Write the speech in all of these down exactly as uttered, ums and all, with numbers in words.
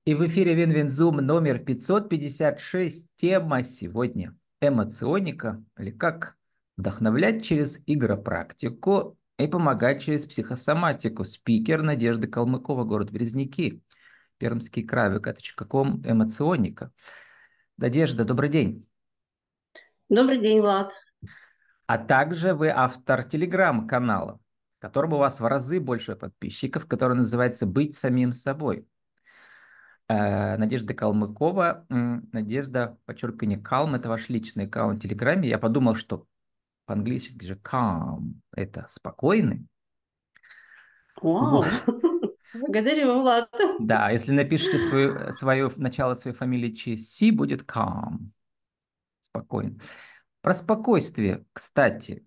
И в эфире Винвинзум номер пятьсот пятьдесят шесть. Тема сегодня — эмоционика, или как вдохновлять через игропрактику и помогать через психосоматику. Спикер Надежда Калмыкова, город Березники, Пермский край, вэ ка точка ком, эмоционика. Надежда, добрый день. Добрый день, Влад. А также вы автор телеграм-канала, в котором у вас в разы больше подписчиков, который называется «Быть самим собой». Э, Надежда Калмыкова. м, Надежда, подчеркивание, Калм — это ваш личный аккаунт в Телеграме. Я подумал, что по-английски же calm — это спокойный. Вот. Вау, благодарю, Влад. Да, если напишите свою, свое, начало своей фамилии через C, будет calm, спокойно. Про спокойствие, кстати.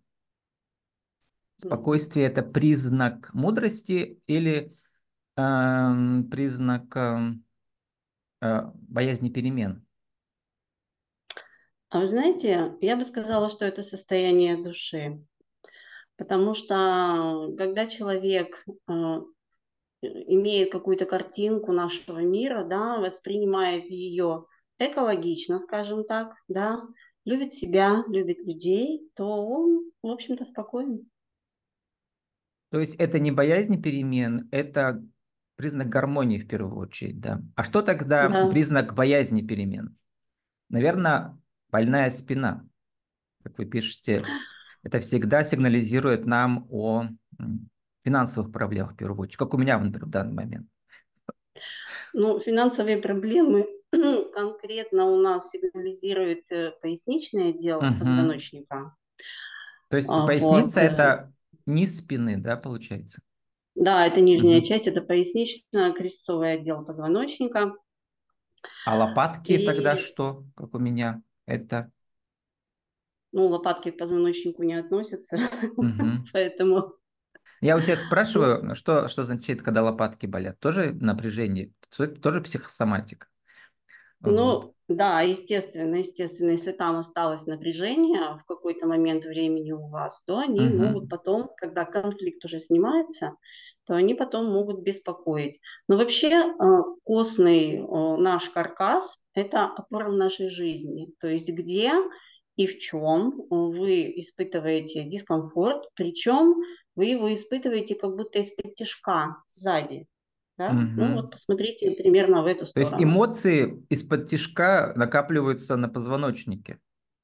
Мгм. Спокойствие — это признак мудрости или эм, признак эм, э, боязни перемен? А вы знаете, я бы сказала, что это состояние души, потому что когда человек э, имеет какую-то картинку нашего мира, да, воспринимает ее экологично, скажем так, да, любит себя, любит людей, то он, в общем-то, спокоен. То есть это не боязнь перемен, это признак гармонии в первую очередь, да. А что тогда Да. признак боязни перемен? Наверное, больная спина, как вы пишете, это всегда сигнализирует нам о м, финансовых проблемах в первую очередь, как у меня, например, в данный момент. Ну, финансовые проблемы конкретно у нас сигнализирует э, поясничный отдел Мгм. позвоночника. То есть А, поясница — Вот. э, это низ спины, да, получается? Да, это нижняя Мгм. часть, это пояснично-крестцовый отдел позвоночника. А лопатки тогда И, что, как у меня? Это... ну, лопатки к позвоночнику не относятся, Мгм. поэтому, Я у всех ну, спрашиваю, ну, что, что значит, когда лопатки болят? Тоже напряжение, то- тоже психосоматика. Вот. ну, да, естественно, естественно, если там осталось напряжение в какой-то момент времени у вас, то они могут Мгм. потом, когда конфликт уже снимается, то они потом могут беспокоить. Но вообще э, костный э, наш каркас — это опора в нашей жизни. То есть где и в чем вы испытываете дискомфорт, причем вы его испытываете как будто из-под тишка, сзади. Да? Ну вот Мгм. посмотрите примерно в эту То есть сторону. эмоции из-под тишка накапливаются на позвоночнике.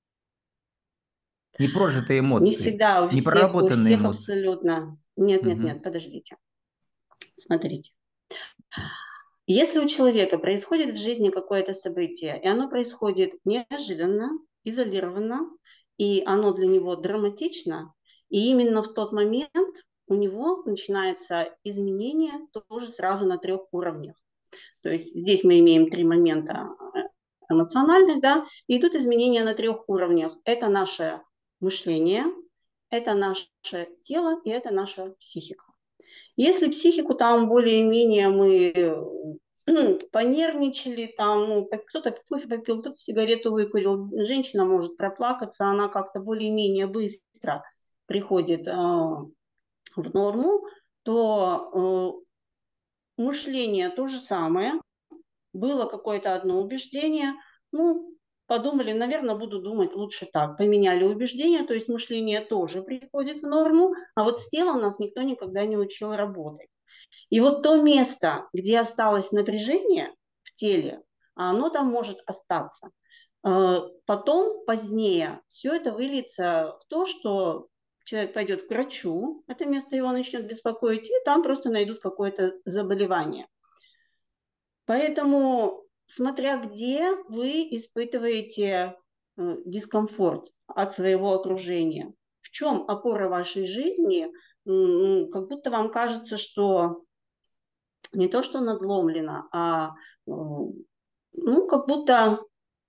Непрожитые Не эмоции, всегда у всех, у непроработанные всех эмоции. абсолютно. Нет, нет, Мгм. нет, подождите. Смотрите. Если у человека происходит в жизни какое-то событие, и оно происходит неожиданно, изолированно, и оно для него драматично, и именно в тот момент у него начинается изменение тоже сразу на трех уровнях. То есть здесь мы имеем три момента э, эмоциональных, да, и идут изменения на трех уровнях. Это наше мышление, это наше тело и это наша психика. Если психику там более-менее мы понервничали, там, ну, кто-то кофе попил, кто-то сигарету выкурил, женщина может проплакаться, она как-то более-менее быстро приходит э, в норму, то э, мышление то же самое, было какое-то одно убеждение, ну, подумали, наверное, буду думать лучше так. Поменяли убеждение, то есть мышление тоже приходит в норму, а вот с телом нас никто никогда не учил работать. И вот то место, где осталось напряжение в теле, оно там может остаться. Э, Потом, позднее, все это выльется в то, что человек пойдет к врачу, это место его начнет беспокоить, и там просто найдут какое-то заболевание. Поэтому, смотря где вы испытываете э, дискомфорт от своего окружения, в чем опора вашей жизни, м, как будто вам кажется, что не то, что надломлено, а э, ну, как будто,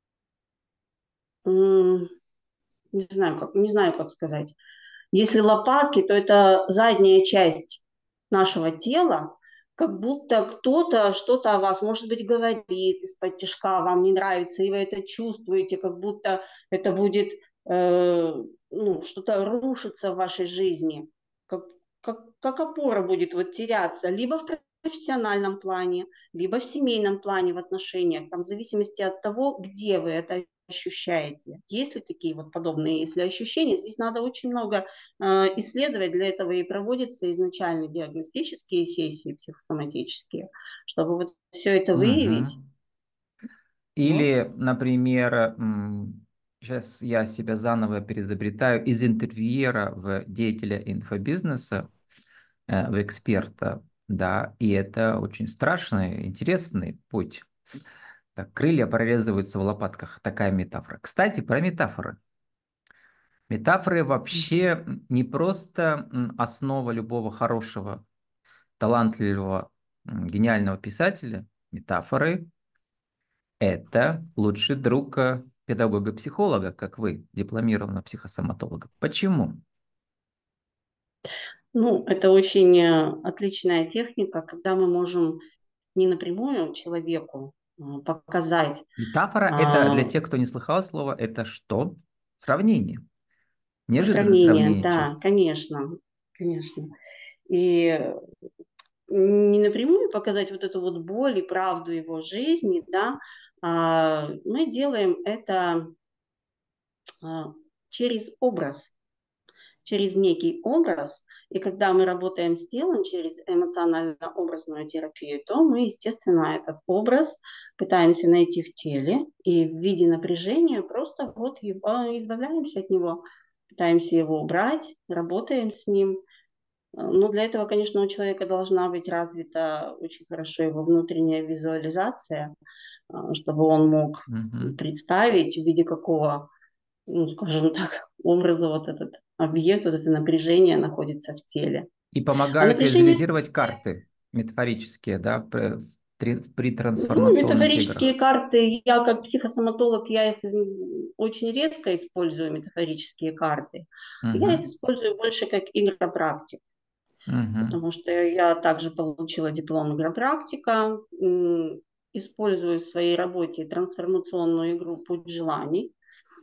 м, не знаю, как, не знаю, как сказать. Если лопатки, то это задняя часть нашего тела, как будто кто-то что-то о вас, может быть, говорит из-под тишка, вам не нравится, и вы это чувствуете, как будто это будет э, ну, что-то рушиться в вашей жизни, как, как, как опора будет вот теряться, либо в профессиональном плане, либо в семейном плане в отношениях, там, в зависимости от того, где вы это ощущаете. Есть ли такие вот подобные, если ощущения, здесь надо очень много э, исследовать, для этого и проводятся изначально диагностические сессии психосоматические, чтобы вот все это выявить. Мгм. Вот. Или, например, сейчас я себя заново переизобретаю из интервьюера в деятеля инфобизнеса, э, в эксперта, да, и это очень страшный, интересный путь. Так, крылья прорезываются в лопатках, такая метафора. Кстати, про метафоры. Метафоры вообще не просто м, основа любого хорошего, талантливого, м, гениального писателя. Метафоры это лучший друг э, педагога-психолога, как вы, дипломированного психосоматолога. Почему? Ну, это очень э, отличная техника, когда мы можем не напрямую человеку э, показать Метафора это, для а, тех, кто не слыхал слова, это что? Сравнение. Неожиданное сравнение, сравнение да, часто. конечно, конечно. И не напрямую показать вот эту вот боль и правду его жизни, да, а мы делаем это а, через образ, через некий образ. И когда мы работаем с телом через эмоционально-образную терапию, то мы, естественно, этот образ пытаемся найти в теле и в виде напряжения просто вот его, избавляемся от него, пытаемся его убрать, работаем с ним. Но для этого, конечно, у человека должна быть развита очень хорошо его внутренняя визуализация, а, чтобы он мог Мгм. представить, в виде какого, ну, скажем так, образа вот этот объект, вот это напряжение находится в теле. И А помогают напряжение, визуализировать карты метафорические, да, при, в три- при ну, трансформационных метафорические играх. карты, я как психосоматолог, я их из- очень редко использую, метафорические карты. Я их Мгм. использую больше как игропрактик, Мгм. потому что я также получила диплом игропрактика, м, использую в своей работе трансформационную игру «Путь желаний».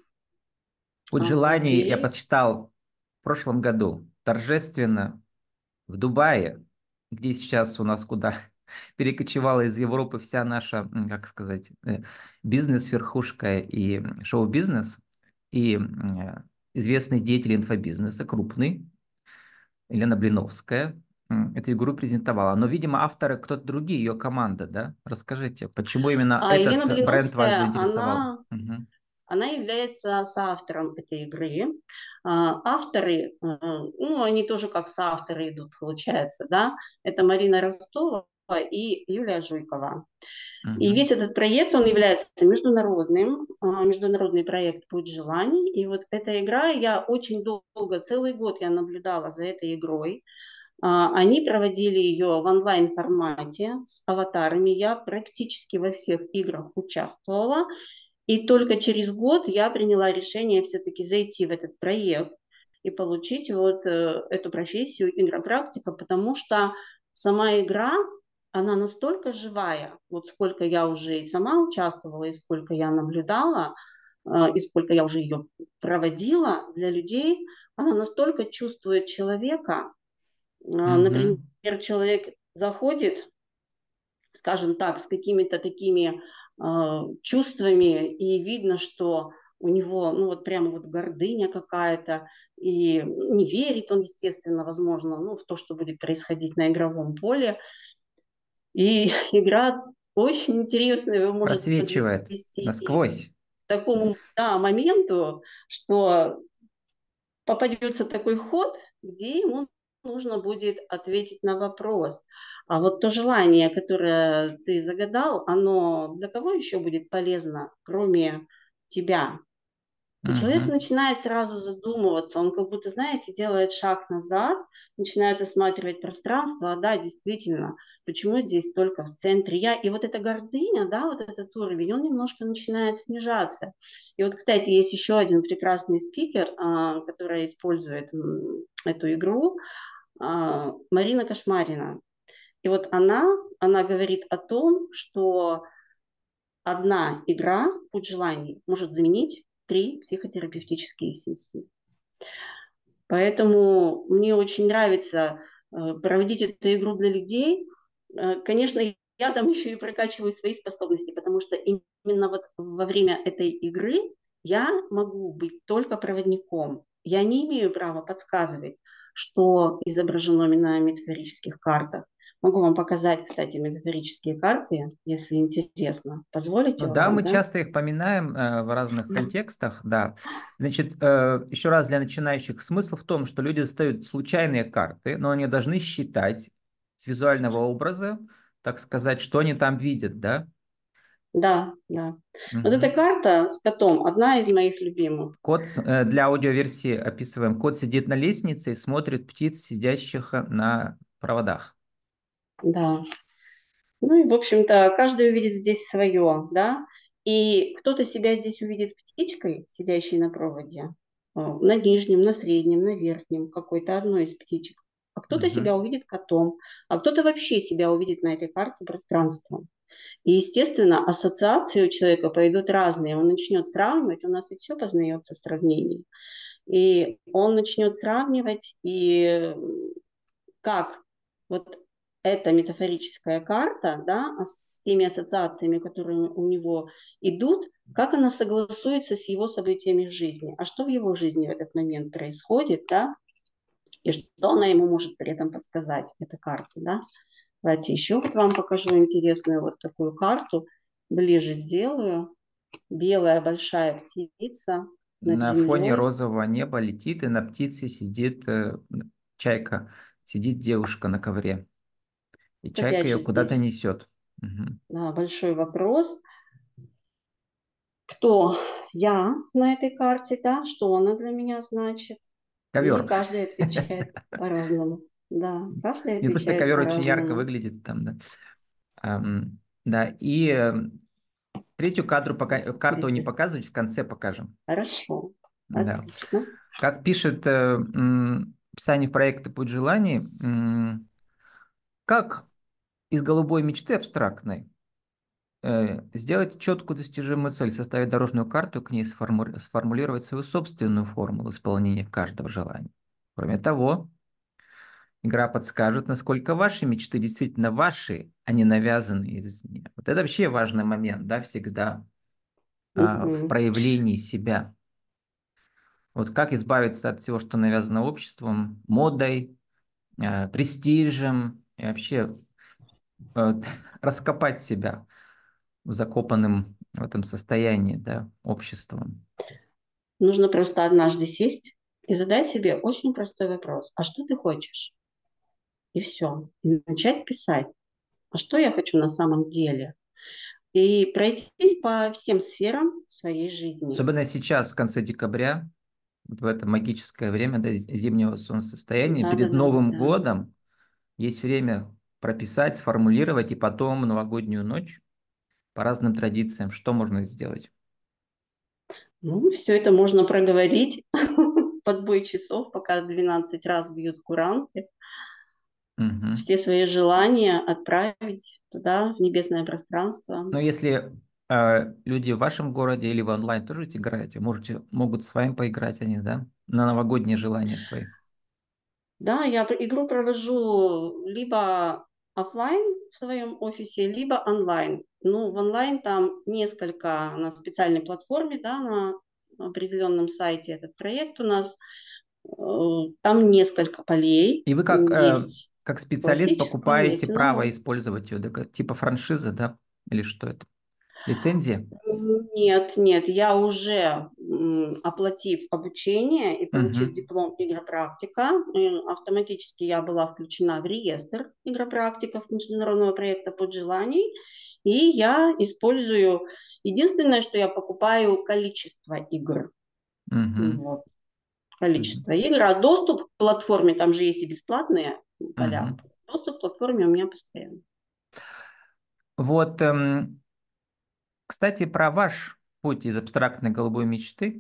Путь А Вот, желаний я и посчитал в прошлом году торжественно в Дубае, где сейчас у нас куда перекочевала из Европы вся наша, м, как сказать, э, бизнес-верхушка и м, шоу-бизнес, и м, э, известный деятель инфобизнеса, крупный, Елена Блиновская, м, эту игру презентовала. Но, видимо, авторы кто-то другие, ее команда, да? Расскажите, почему именно а Елена этот бренд вас Блиновская, заинтересовал? она, Мгм. она является соавтором этой игры. А, Авторы, э, ну, они тоже как соавторы идут, получается, да, это Марина Ростова и Юлия Жуйкова. И Мгм. весь этот проект, он является международным, а, международный проект «Путь желаний». И вот эта игра, я очень долго, целый год я наблюдала за этой игрой. А, Они проводили ее в онлайн-формате с аватарами. Я практически во всех играх участвовала. И только через год я приняла решение все-таки зайти в этот проект и получить вот э, эту профессию игропрактика, потому что сама игра, она настолько живая, вот сколько я уже и сама участвовала, и сколько я наблюдала, э, и сколько я уже ее проводила для людей, она настолько чувствует человека. Э, Например, Мгм. человек заходит, скажем так, с какими-то такими э, чувствами, и видно, что у него, ну вот прямо вот гордыня какая-то, и не верит он, естественно, возможно, ну, в то, что будет происходить на игровом поле. И игра очень интересная, его может Просвечивает подвести насквозь. к такому, да, моменту, что попадется такой ход, где ему нужно будет ответить на вопрос. А вот то желание, которое ты загадал, оно для кого еще будет полезно, кроме тебя? И человек Мгм. начинает сразу задумываться, он как будто, знаете, делает шаг назад, начинает осматривать пространство, а да, действительно, почему здесь только в центре я, и вот эта гордыня, да, вот этот уровень, он немножко начинает снижаться. И вот, кстати, есть еще один прекрасный спикер, а, который использует м, эту игру, а, Марина Кошмарина. И вот она, она говорит о том, что одна игра «Путь желаний» может заменить три психотерапевтические сессии. Поэтому мне очень нравится э, проводить эту игру для людей. конечно, я там еще и прокачиваю свои способности, потому что именно вот во время этой игры я могу быть только проводником. Я не имею права подсказывать, что изображено на метафорических картах. Могу вам показать, кстати, метафорические карты, если интересно. Позволите Ну да, вам, мы да? часто их поминаем э, в разных контекстах, да. Значит, э, еще раз для начинающих, смысл в том, что люди достают случайные карты, но они должны считать с визуального образа, так сказать, что они там видят, да? Да, да. Вот эта Мгм. карта с котом одна из моих любимых. Кот, с- э, для аудиоверсии описываем. Кот сидит на лестнице и смотрит птиц, сидящих э, на проводах. Да. Ну и, в общем-то, каждый увидит здесь свое, да. И кто-то себя здесь увидит птичкой, сидящей на проводе, э, на нижнем, на среднем, на верхнем, какой-то одной из птичек. А кто-то себя Мгм. увидит котом, а кто-то вообще себя увидит на этой карте пространством. И, естественно, ассоциации у человека пойдут разные. Он начнет сравнивать, у нас ведь все познается в сравнении. И он начнет сравнивать, и как вот эта метафорическая карта, да, а с теми ассоциациями, которые у него идут, как она согласуется с его событиями в жизни, а что в его жизни в этот момент происходит, да, и что она ему может при этом подсказать, эта карта, да. Давайте еще вот вам покажу интересную вот такую карту, ближе сделаю. Белая большая птица над На фоне землей. розового неба летит, и на птице сидит э, чайка, сидит девушка на ковре. И Вот чайка опять ее же куда-то здесь, несет. Мгм. да, большой вопрос. Кто я на этой карте, да, что она для меня значит. И Ковер. каждый отвечает по-разному. Да, каждый Не просто отвечает ковер очень ярко по-разному. выглядит там, да. Ам, да, и э, третью кадру пока, карту не Смотрите. показывать, в конце покажем. Хорошо. Да. Отлично. Как пишет э, м, описание проекта «Путь желаний», м, как из голубой мечты абстрактной э, сделать четкую достижимую цель, составить дорожную карту, к ней сформу- сформулировать свою собственную формулу исполнения каждого желания. Кроме того, игра подскажет, насколько ваши мечты действительно ваши, а не навязанные извне. Вот это вообще важный момент, да, всегда а, в Мгм. проявлении себя. Вот как избавиться от всего, что навязано обществом, модой, а, престижем, и вообще э, раскопать себя в закопанном в этом состоянии, да, обществом. Нужно просто однажды сесть и задать себе очень простой вопрос. А что ты хочешь? И все. И начать писать. А что я хочу на самом деле? И пройтись по всем сферам своей жизни. Особенно сейчас, в конце декабря, вот в это магическое время, да, зимнего солнцестояния, Да, да, перед да, да, Новым да. годом есть время прописать, сформулировать, и потом новогоднюю ночь по разным традициям, что можно сделать. Ну, все это можно проговорить под бой часов, пока двенадцать раз бьют куранты. Мгм. Все свои желания отправить туда, в небесное пространство. Но если э, люди в вашем городе или в онлайн тоже ведь играете, можете, могут с вами поиграть они, да, на новогодние желания свои. Да, я пр- игру провожу либо оффлайн в своем офисе, либо онлайн. Ну, в онлайн там несколько на специальной платформе, да, на определенном сайте этот проект у нас. Э, Там несколько полей. И вы как, М, э, Есть как специалист классическая, покупаете есть право инновация. использовать ее, да, как- типа франшизы, да, или что это? Лицензия? Нет, нет, я уже м, оплатив обучение и получив Мгм. диплом игропрактика, м, автоматически я была включена в реестр игропрактиков международного проекта «Под желаний», и я использую, единственное, что я покупаю количество игр, Мгм. вот, Мгм. количество игр, а доступ к платформе, там же есть и бесплатные поля, Мгм. доступ к платформе у меня постоянно. Вот, эм, кстати, про ваш путь из абстрактной голубой мечты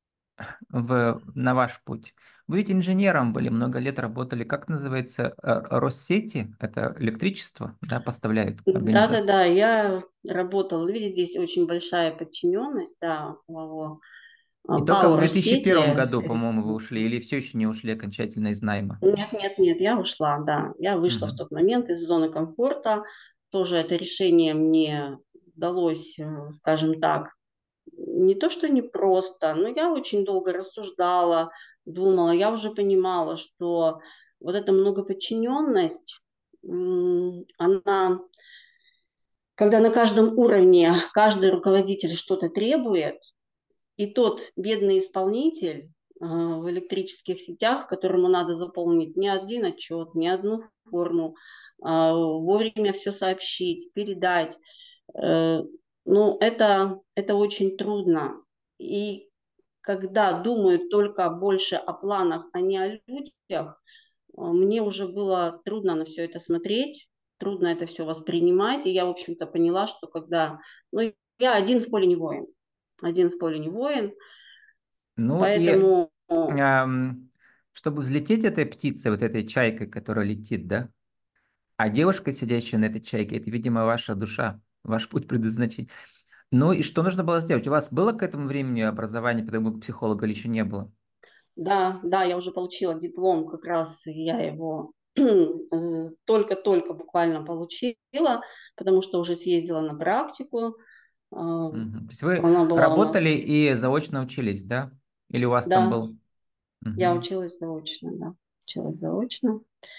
в, на ваш путь. Вы ведь инженером были, много лет работали, как называется, э, Россети, это электричество, да, поставляют организации. Да-да-да, я работала, видите, здесь очень большая подчиненность, да, во- И только в Power две тысячи первом сети. году, по-моему, вы ушли, или все еще не ушли окончательно из найма? Нет, нет, нет, я ушла, да. Я вышла в Мгм. тот момент из зоны комфорта. Тоже это решение мне далось, э, скажем так, не то что непросто, но я очень долго рассуждала, думала. Я уже понимала, что вот эта многоподчиненность, м, она, когда на каждом уровне каждый руководитель что-то требует, и тот бедный исполнитель э, в электрических сетях, которому надо заполнить не один отчет, не одну форму, а, вовремя все сообщить, передать. Э, ну, это, это очень трудно. И когда думают только больше о планах, а не о людях, э, мне уже было трудно на все это смотреть, трудно это все воспринимать. И я, в общем-то, поняла, что когда... Ну, я один в поле не воин. Один в поле не воин. Ну и Поэтому, ам, чтобы взлететь этой птицей, вот этой чайкой, которая летит, да, а девушка, сидящая на этой чайке, это, видимо, ваша душа, ваш путь предназначения. Ну и что нужно было сделать? У вас было к этому времени образование педагога-психолога или еще не было? да, да, я уже получила диплом, как раз я его только-только буквально получила, потому что уже съездила на практику. А, Мгм. То есть вы Она была у работали нас, и заочно учились, да? Или у вас там да, был? я Мгм. училась заочно, да, училась заочно.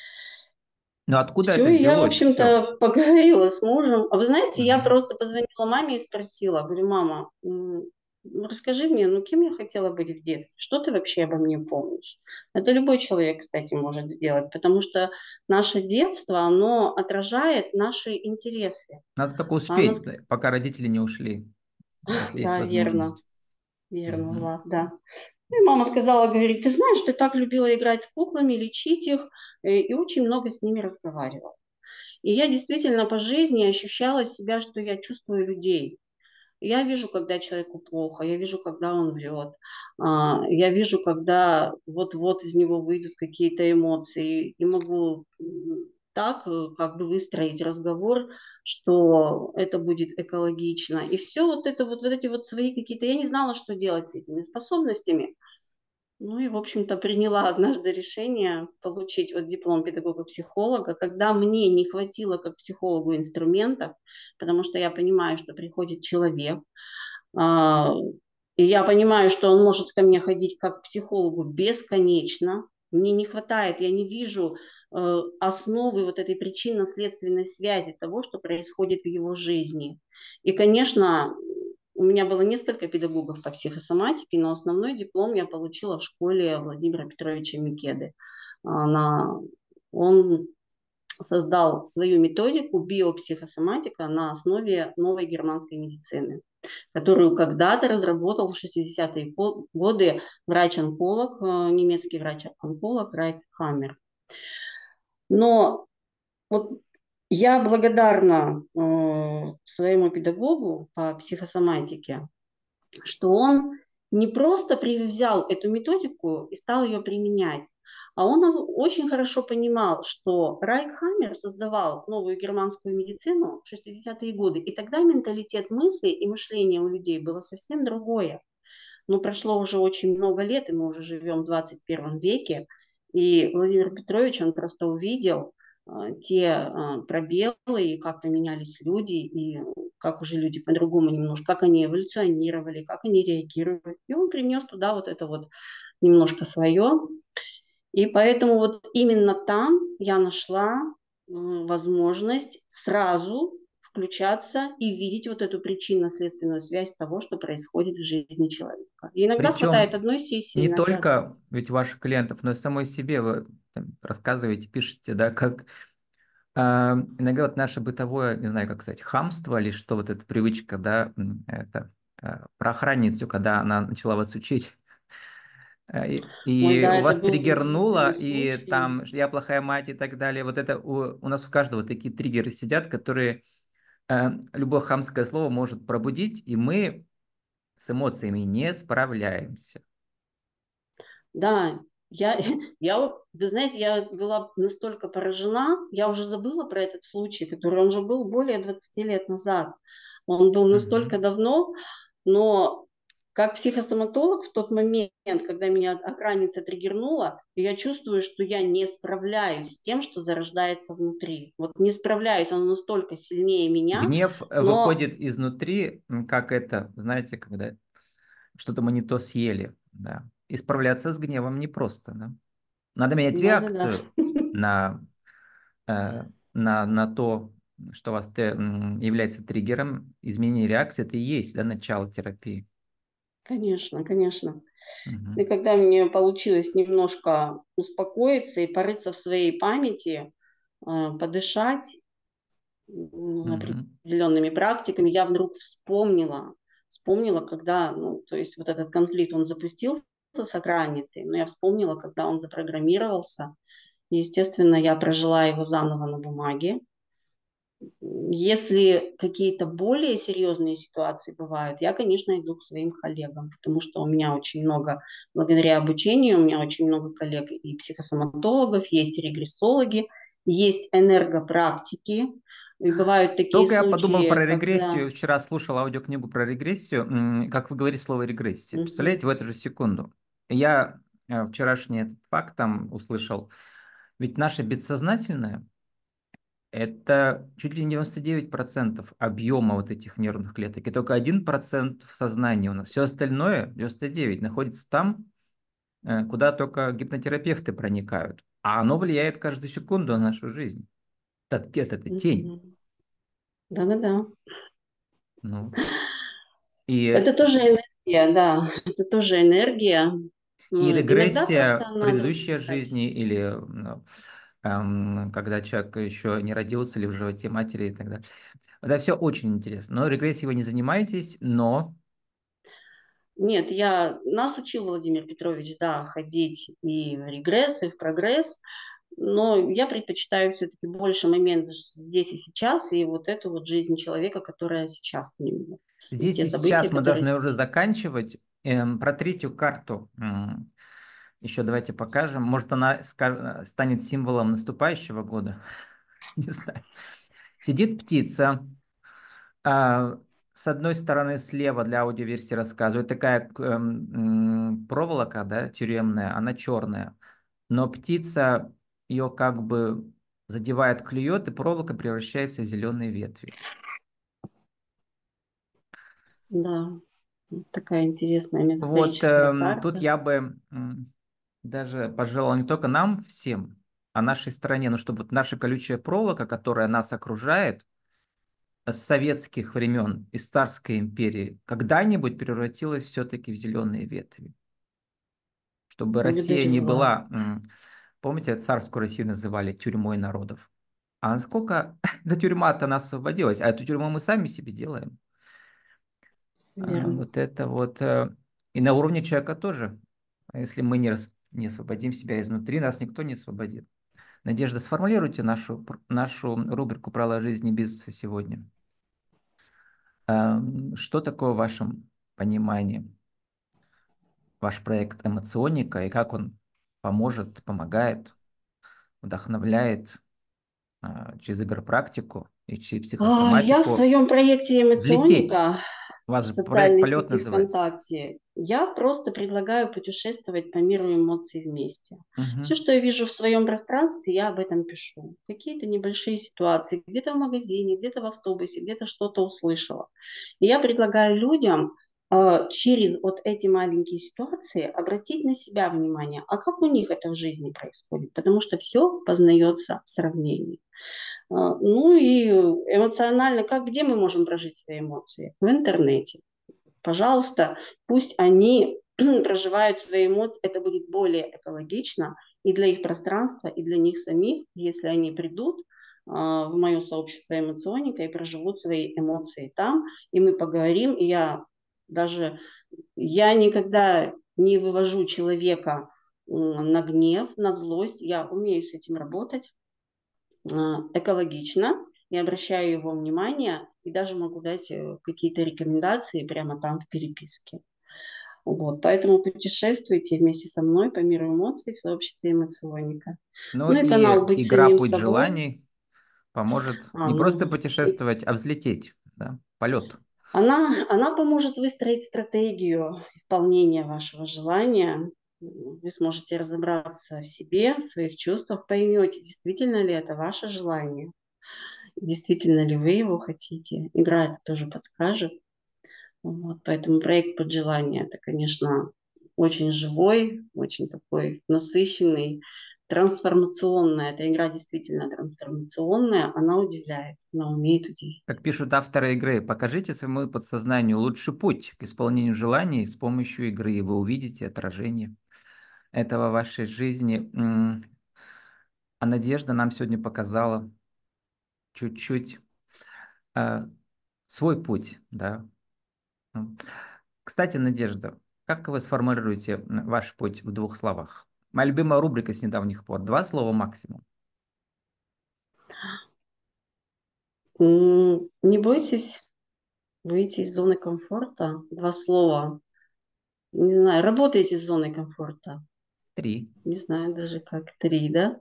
Ну откуда Все, это и я, в взялось все? общем-то, поговорила с мужем. А вы знаете, я просто позвонила маме и спросила, говорю, мама, м, ну, расскажи мне, ну кем я хотела быть в детстве? Что ты вообще обо мне помнишь? Это любой человек, кстати, может сделать, потому что наше детство, оно отражает наши интересы. Надо только А она успеть, сказала, да, пока родители не ушли, если есть да, верно, возможность. верно, Мгм. Влад, да. И мама сказала, говорит, ты знаешь, ты так любила играть с куклами, лечить их, э, и очень много с ними разговаривала. И я действительно по жизни ощущала себя, что я чувствую людей. Я вижу, когда человеку плохо, я вижу, когда он врет, а, я вижу, когда вот-вот из него выйдут какие-то эмоции, и могу м, так э, как бы выстроить разговор, что это будет экологично. И все вот это вот, вот эти вот свои какие-то, я не знала, что делать с этими способностями. Ну и, в общем-то, приняла однажды решение получить вот диплом педагога-психолога, когда мне не хватило как психологу инструментов, потому что я понимаю, что приходит человек, а, и я понимаю, что он может ко мне ходить как к психологу бесконечно. Мне не хватает, я не вижу э, основы вот этой причинно-следственной связи того, что происходит в его жизни. И, конечно, у меня было несколько педагогов по психосоматике, но основной диплом я получила в школе Владимира Петровича Микеды. Она, он создал свою методику биопсихосоматика на основе новой германской медицины, которую когда-то разработал в шестидесятые годы врач-онколог, э, немецкий врач-онколог Райт Хаммер. Но вот я благодарна э, своему педагогу по психосоматике, что он не просто взял эту методику и стал ее применять, а он очень хорошо понимал, что Райхаммер создавал новую германскую медицину в шестидесятые годы, и тогда менталитет мысли и мышления у людей было совсем другое. Но прошло уже очень много лет, и мы уже живем в двадцать первом веке, и Владимир Петрович, он просто увидел э, те э, пробелы, и как поменялись люди, и как уже люди по-другому немножко, как они эволюционировали, как они реагируют. И он принес туда вот это вот немножко свое. И поэтому вот именно там я нашла э, возможность сразу включаться и видеть вот эту причинно-следственную связь того, что происходит в жизни человека. И иногда хватает Причем одной сессии, не иногда двух. только ведь ваших клиентов, но и самой себе вы там рассказываете, пишете, да, как а, иногда вот наше бытовое, не знаю, как сказать, хамство или что, вот эта привычка, да, м, это а, про охранницу, когда она начала вас учить, а, и, Ой, и да, у это вас был триггернуло, удивительный и случай. там я плохая мать и так далее. Вот это у, у нас у каждого такие триггеры сидят, которые э, любое хамское слово может пробудить, и мы с эмоциями не справляемся. Да, я, я, вы знаете, я была настолько поражена, я уже забыла про этот случай, который, он же был более двадцати лет назад. Он был настолько Мгм. давно, но Как психосоматолог в тот момент, когда меня охранница триггернула, я чувствую, что я не справляюсь с тем, что зарождается внутри. Вот не справляюсь, оно настолько сильнее меня, Гнев э, но выходит изнутри, м, как это, знаете, когда что-то мы не то съели, да. И справляться с гневом непросто, да. Надо менять да-да-да, реакцию на, э, на, на то, что у вас те- м, является триггером. Изменение реакции – это и есть, да, начало терапии. конечно, конечно. И Мгм. когда мне получилось немножко успокоиться и порыться в своей памяти, э, подышать м, Мгм. определенными практиками, я вдруг вспомнила, вспомнила, когда, ну, то есть вот этот конфликт, он запустился с охранницей, но я вспомнила, когда он запрограммировался. И, естественно, я прожила его заново на бумаге. Если какие-то более серьезные ситуации бывают, я, конечно, иду к своим коллегам, потому что у меня очень много, благодаря обучению, у меня очень много коллег и психосоматологов, есть и регрессологи, есть энергопрактики. И бывают такие Только я подумал случаи, про когда... регрессию. Вчера слушал аудиокнигу про регрессию. М, Как вы говорите слово регрессия. Мгм, Представляете, в эту же секунду. Я э, вчерашний этот факт там услышал. Ведь наше бессознательное – это чуть ли не девяносто девять процентов объема вот этих нервных клеток. И только один процент в сознании у нас. Все остальное, девяносто девять процентов, находится там, э, куда только гипнотерапевты проникают. А оно влияет каждую секунду на нашу жизнь. Это, это, это тень. мгм. Да-да-да. Ну, и Это тоже энергия, да, это тоже энергия. И Ну, иногда регрессия просто в надо предыдущей дать. жизни или ну, эм, когда человек еще не родился или в животе матери и так далее. Это все очень интересно. Но регрессией вы не занимаетесь, но Нет, я, нас учил Владимир Петрович, да, ходить и в регресс, и в прогресс, но я предпочитаю все-таки больше момент здесь и сейчас, и вот эту вот жизнь человека, которая сейчас у него, и здесь те и события, сейчас мы которые должны уже здесь. заканчивать. Эм, про третью карту м, еще давайте покажем. Может, она ска- станет символом наступающего года. Не знаю. Сидит птица. А, с одной стороны, слева для аудиоверсии рассказываю, такая к- эм, м, проволока, да, тюремная, она черная, но птица ее как бы задевает, клюет, и проволока превращается в зеленые ветви. Да, вот такая интересная Вот метафорическая эм, тут карта. я бы м, даже пожелал не только нам всем, а нашей стране, но чтобы вот наша колючая проволока, которая нас окружает, с советских времен, из царской империи, когда-нибудь превратилась все-таки в зеленые ветви. Чтобы Россия Благодарю не вас. была, м, помните, царскую Россию называли тюрьмой народов. А насколько эта тюрьма-то нас освободилась, а эту тюрьму мы сами себе делаем. Всё А, верно. вот это вот. э, И на уровне человека тоже. А Если мы не, рас- не освободим себя изнутри, нас никто не освободит. Надежда, сформулируйте нашу, пр- нашу рубрику «Правила жизни бизнеса» сегодня. Эм, Что такое в вашем понимании ваш проект «Эмоционика» и как он поможет, помогает, вдохновляет а, через игропрактику и через А, Я в психосоматику своем проекте взлететь? «Эмоционика» У в вас же проект социальной «Полет» сети называется. ВКонтакте, я просто предлагаю путешествовать по миру эмоций вместе. Все, Мгм. что я вижу в своем пространстве, я об этом пишу. Какие-то небольшие ситуации, где-то в магазине, где-то в автобусе, где-то что-то услышала. И я предлагаю людям э, через вот эти маленькие ситуации обратить на себя внимание, а как у них это в жизни происходит, потому что все познается в сравнении. А, Ну и эмоционально, как, где мы можем прожить свои эмоции? В интернете. Пожалуйста, пусть они проживают свои эмоции, это будет более экологично и для их пространства, и для них самих, если они придут а, в мое сообщество эмоционика и проживут свои эмоции там, и мы поговорим, и я даже, я никогда не вывожу человека м, на гнев, на злость, я умею с этим работать, а, экологично, и обращаю его внимание, и даже могу дать э, какие-то рекомендации прямо там в переписке. Вот, поэтому путешествуйте вместе со мной по миру эмоций в сообществе эмоционика. Ну Ну и канал и «Быть игра самим «Путь собой». желаний» поможет А, не просто ну, путешествовать, а взлететь, да? Полет. Она, она поможет выстроить стратегию исполнения вашего желания. Вы сможете разобраться в себе, в своих чувствах, поймете, действительно ли это ваше желание, действительно ли вы его хотите. Игра это тоже подскажет. Вот, поэтому проект под желание это, конечно, очень живой, очень такой насыщенный, трансформационная. Эта игра действительно трансформационная, она удивляет, она умеет удивить. Как пишут авторы игры, покажите своему подсознанию лучший путь к исполнению желаний с помощью игры, и вы увидите отражение этого в вашей жизни. М, А Надежда нам сегодня показала чуть-чуть э, свой путь, да. М. Кстати, Надежда, как вы сформулируете м, ваш путь в двух словах? Моя любимая рубрика с недавних пор. Два слова максимум. М, Не бойтесь выйти из зоны комфорта. Два слова. Не знаю, работаете с зоной комфорта. Три. Не знаю даже как. Три, да?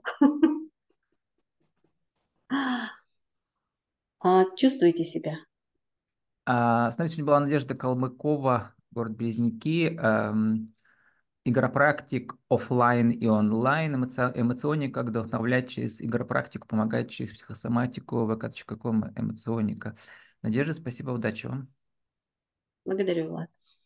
А чувствуете себя? А, с нами сегодня была Надежда Калмыкова, город Березники, эм, игропрактик оффлайн и онлайн, эмоци- эмоционика, как вдохновлять через игропрактику, помогать через психосоматику, вэ ка точка ком, эмоционика. Надежда, спасибо, удачи вам. Благодарю, Влад.